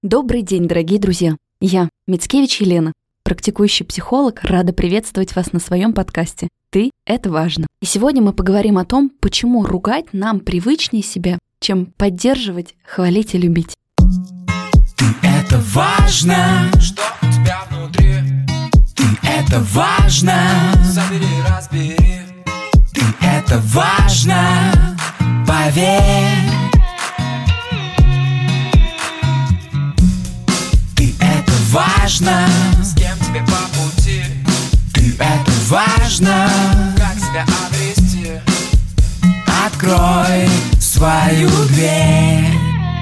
Добрый день, дорогие друзья! Я, Мицкевич Елена, практикующий психолог, рада приветствовать вас на своем подкасте «Ты – это важно». И сегодня мы поговорим о том, почему ругать нам привычнее себя, чем поддерживать, хвалить и любить. Ты – это важно, что у тебя внутри. Ты – это важно, забери, разбери. Ты – это важно, поверь. Важно, с кем тебе по пути. Ты – это важно, как себя обрести. Открой свою дверь.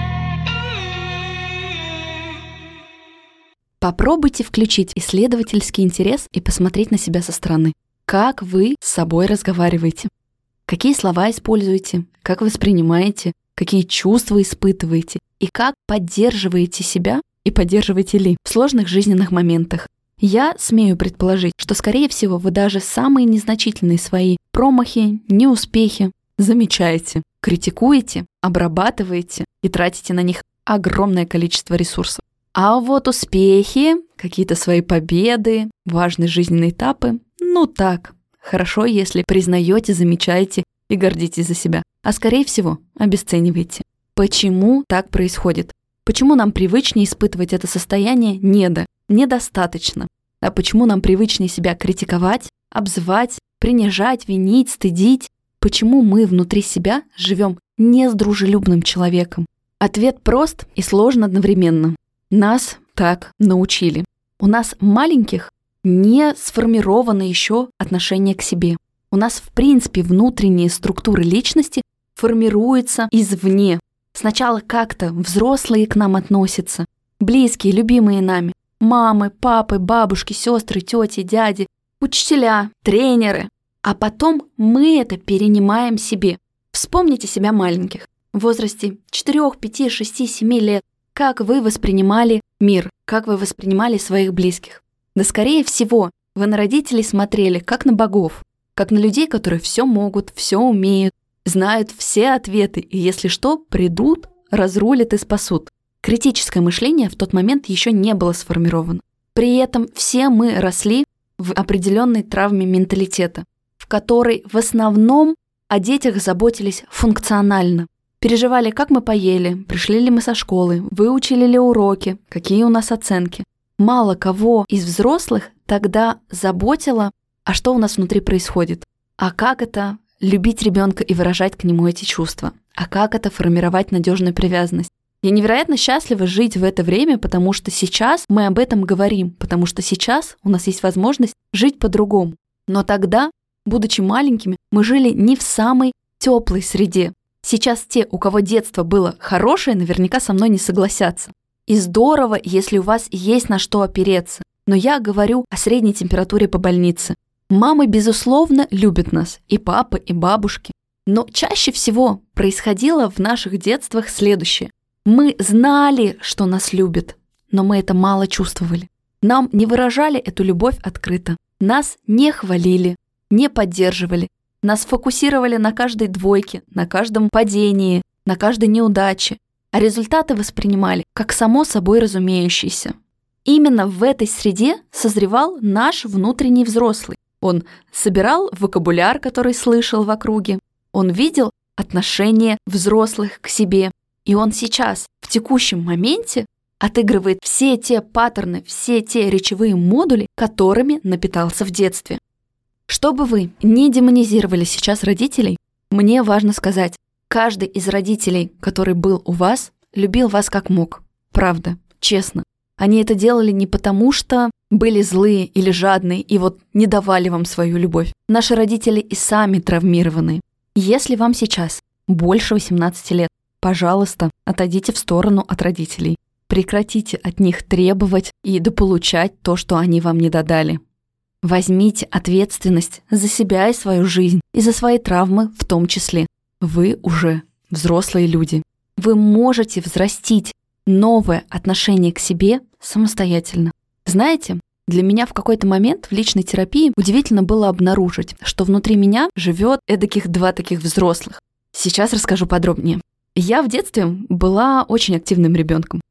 Попробуйте включить исследовательский интерес и посмотреть на себя со стороны. Как вы с собой разговариваете? Какие слова используете? Как воспринимаете? Какие чувства испытываете? И как поддерживаете себя? И поддерживаете ли в сложных жизненных моментах? Я смею предположить, что, скорее всего, вы даже самые незначительные свои промахи, неуспехи замечаете, критикуете, обрабатываете и тратите на них огромное количество ресурсов. А вот успехи, какие-то свои победы, важные жизненные этапы, так, хорошо, если признаете, замечаете и гордитесь за себя. А скорее всего, обесцениваете. Почему так происходит? Почему нам привычнее испытывать это состояние недостаточно? А почему нам привычнее себя критиковать, обзывать, принижать, винить, стыдить? Почему мы внутри себя живем не с дружелюбным человеком? Ответ прост и сложен одновременно. Нас так научили. У нас маленьких не сформировано еще отношение к себе. У нас, в принципе, внутренние структуры личности формируются извне. Сначала как-то взрослые к нам относятся, близкие, любимые нами, мамы, папы, бабушки, сестры, тети, дяди, учителя, тренеры. А потом мы это перенимаем себе. Вспомните себя маленьких, в возрасте 4, 5, 6, 7 лет. Как вы воспринимали мир, как вы воспринимали своих близких. Да, скорее всего, вы на родителей смотрели как на богов, как на людей, которые все могут, все умеют, знают все ответы, и если что, придут, разрулят и спасут. Критическое мышление в тот момент еще не было сформировано. При этом все мы росли в определенной травме менталитета, в которой в основном о детях заботились функционально. Переживали, как мы поели, пришли ли мы со школы, выучили ли уроки, какие у нас оценки. Мало кого из взрослых тогда заботило, а что у нас внутри происходит, а как это любить ребенка и выражать к нему эти чувства. А как это формировать надежную привязанность? Я невероятно счастлива жить в это время, потому что сейчас мы об этом говорим, потому что сейчас у нас есть возможность жить по-другому. Но тогда, будучи маленькими, мы жили не в самой теплой среде. Сейчас те, у кого детство было хорошее, наверняка со мной не согласятся. И здорово, если у вас есть на что опереться. Но я говорю о средней температуре по больнице. Мамы, безусловно, любят нас, и папы, и бабушки. Но чаще всего происходило в наших детствах следующее. Мы знали, что нас любят, но мы это мало чувствовали. Нам не выражали эту любовь открыто. Нас не хвалили, не поддерживали. Нас фокусировали на каждой двойке, на каждом падении, на каждой неудаче. А результаты воспринимали как само собой разумеющиеся. Именно в этой среде созревал наш внутренний взрослый. Он собирал вокабуляр, который слышал в округе. Он видел отношение взрослых к себе. И он сейчас, в текущем моменте, отыгрывает все те паттерны, все те речевые модули, которыми напитался в детстве. Чтобы вы не демонизировали сейчас родителей, мне важно сказать, каждый из родителей, который был у вас, любил вас как мог. Правда, честно. Они это делали не потому, что были злые или жадные и не давали вам свою любовь. Наши родители и сами травмированы. Если вам сейчас больше 18 лет, пожалуйста, отойдите в сторону от родителей. Прекратите от них требовать и дополучать то, что они вам не додали. Возьмите ответственность за себя и свою жизнь, и за свои травмы в том числе. Вы уже взрослые люди. Вы можете взрастить новое отношение к себе самостоятельно. Знаете, для меня в какой-то момент в личной терапии удивительно было обнаружить, что внутри меня живет эдаких два таких взрослых. Сейчас расскажу подробнее. Я в детстве была очень активным ребенком.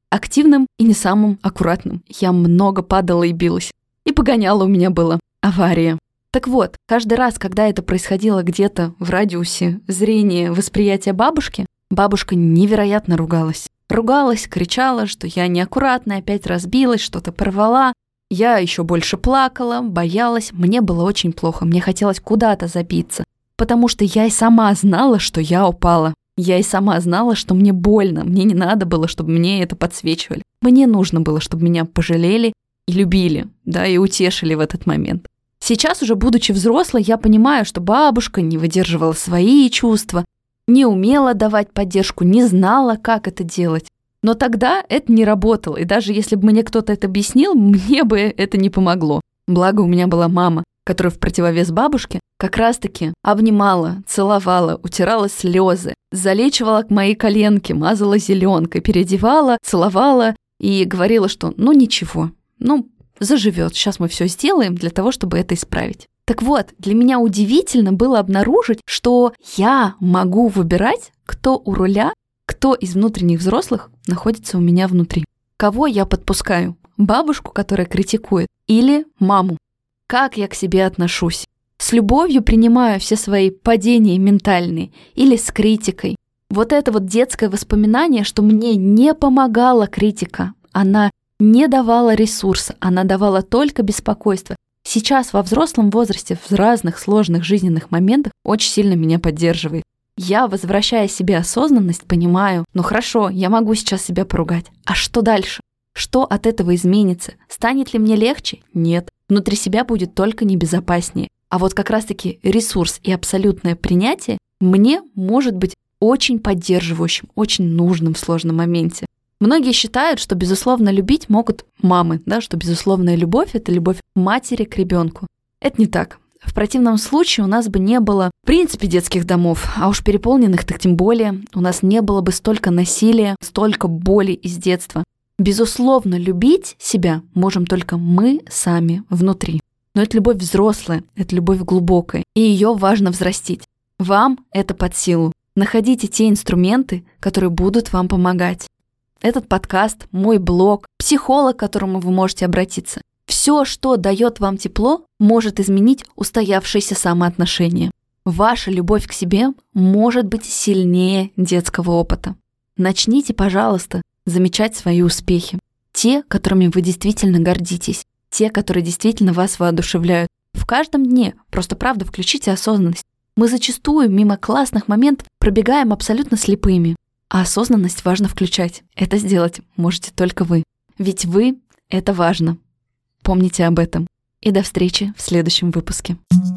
активным и не самым аккуратным. Я много падала и билась. И погоняло у меня было. Авария. Так вот, каждый раз, когда это происходило где-то в радиусе зрения, восприятия бабушки, бабушка невероятно ругалась. Ругалась, кричала, что я неаккуратная, опять разбилась, что-то порвала. Я еще больше плакала, боялась, мне было очень плохо, мне хотелось куда-то забиться, потому что я и сама знала, что я упала. Я и сама знала, что мне больно, мне не надо было, чтобы мне это подсвечивали. Мне нужно было, чтобы меня пожалели и любили, да, и утешили в этот момент. Сейчас уже, будучи взрослой, я понимаю, что бабушка не выдерживала свои чувства, не умела давать поддержку, не знала, как это делать. Но тогда это не работало, и даже если бы мне кто-то это объяснил, мне бы это не помогло. Благо у меня была мама, которая в противовес бабушке как раз-таки обнимала, целовала, утирала слезы, залечивала мои коленки, мазала зеленкой, переодевала, целовала и говорила, что ну ничего, заживет, сейчас мы все сделаем для того, чтобы это исправить. Так вот, для меня удивительно было обнаружить, что я могу выбирать, кто у руля, кто из внутренних взрослых находится у меня внутри. Кого я подпускаю? Бабушку, которая критикует, или маму? Как я к себе отношусь? С любовью принимаю все свои падения ментальные или с критикой? Вот это вот детское воспоминание, что мне не помогала критика, она не давала ресурса, она давала только беспокойство. Сейчас во взрослом возрасте, в разных сложных жизненных моментах очень сильно меня поддерживает. Я, возвращая себе осознанность, понимаю, хорошо, я могу сейчас себя поругать. А что дальше? Что от этого изменится? Станет ли мне легче? Нет. Внутри себя будет только небезопаснее. А вот как раз-таки ресурс и абсолютное принятие мне может быть очень поддерживающим, очень нужным в сложном моменте. Многие считают, что безусловно любить могут мамы, да, что безусловная любовь – это любовь матери к ребенку. Это не так. В противном случае у нас бы не было, в принципе, детских домов, а уж переполненных так тем более. У нас не было бы столько насилия, столько боли из детства. Безусловно, любить себя можем только мы сами внутри. Но это любовь взрослая, это любовь глубокая, и ее важно взрастить. Вам это под силу. Находите те инструменты, которые будут вам помогать. Этот подкаст, мой блог, психолог, к которому вы можете обратиться. Все, что дает вам тепло, может изменить устоявшиеся самоотношения. Ваша любовь к себе может быть сильнее детского опыта. Начните, пожалуйста, замечать свои успехи. Те, которыми вы действительно гордитесь. Те, которые действительно вас воодушевляют. В каждом дне просто, правда, включите осознанность. Мы зачастую мимо классных моментов пробегаем абсолютно слепыми. А осознанность важно включать. Это сделать можете только вы. Ведь вы — это важно. Помните об этом. И до встречи в следующем выпуске.